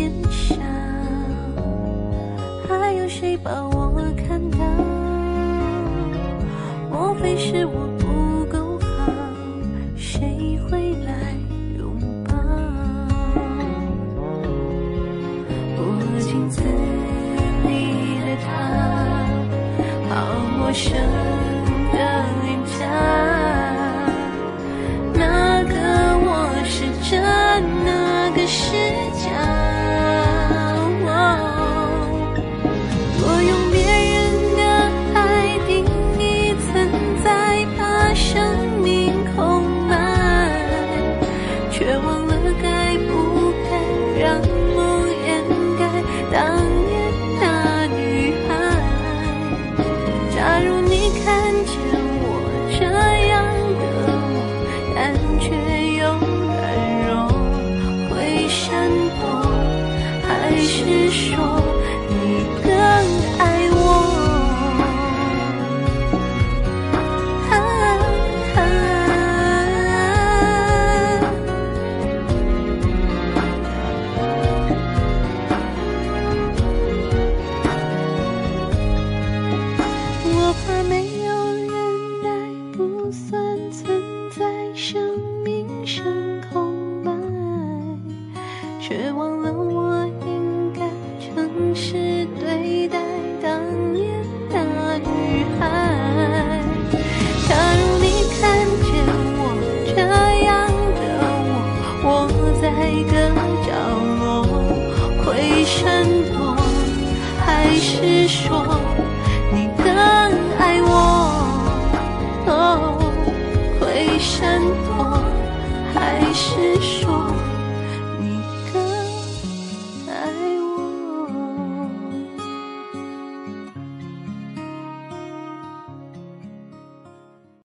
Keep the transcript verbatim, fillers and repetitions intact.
念想，还有谁把我看到？莫非是我不够好？谁会来拥抱？我镜子里的他，好陌生的脸颊，那个我是真，那个是假。我用别人的爱定义存在，把生命空白，却忘了该不该让梦掩盖当年那女孩。假如你看见我这样的我，但却又软弱，会闪躲，还是说你更爱我？啊啊我怕没有人爱，不算存在，生命剩空白，却忘了我应该诚实对待当年那女孩。假如你看见我这样的我，我在个角落，会闪躲，还是说你更爱我？哦，会闪躲，还是说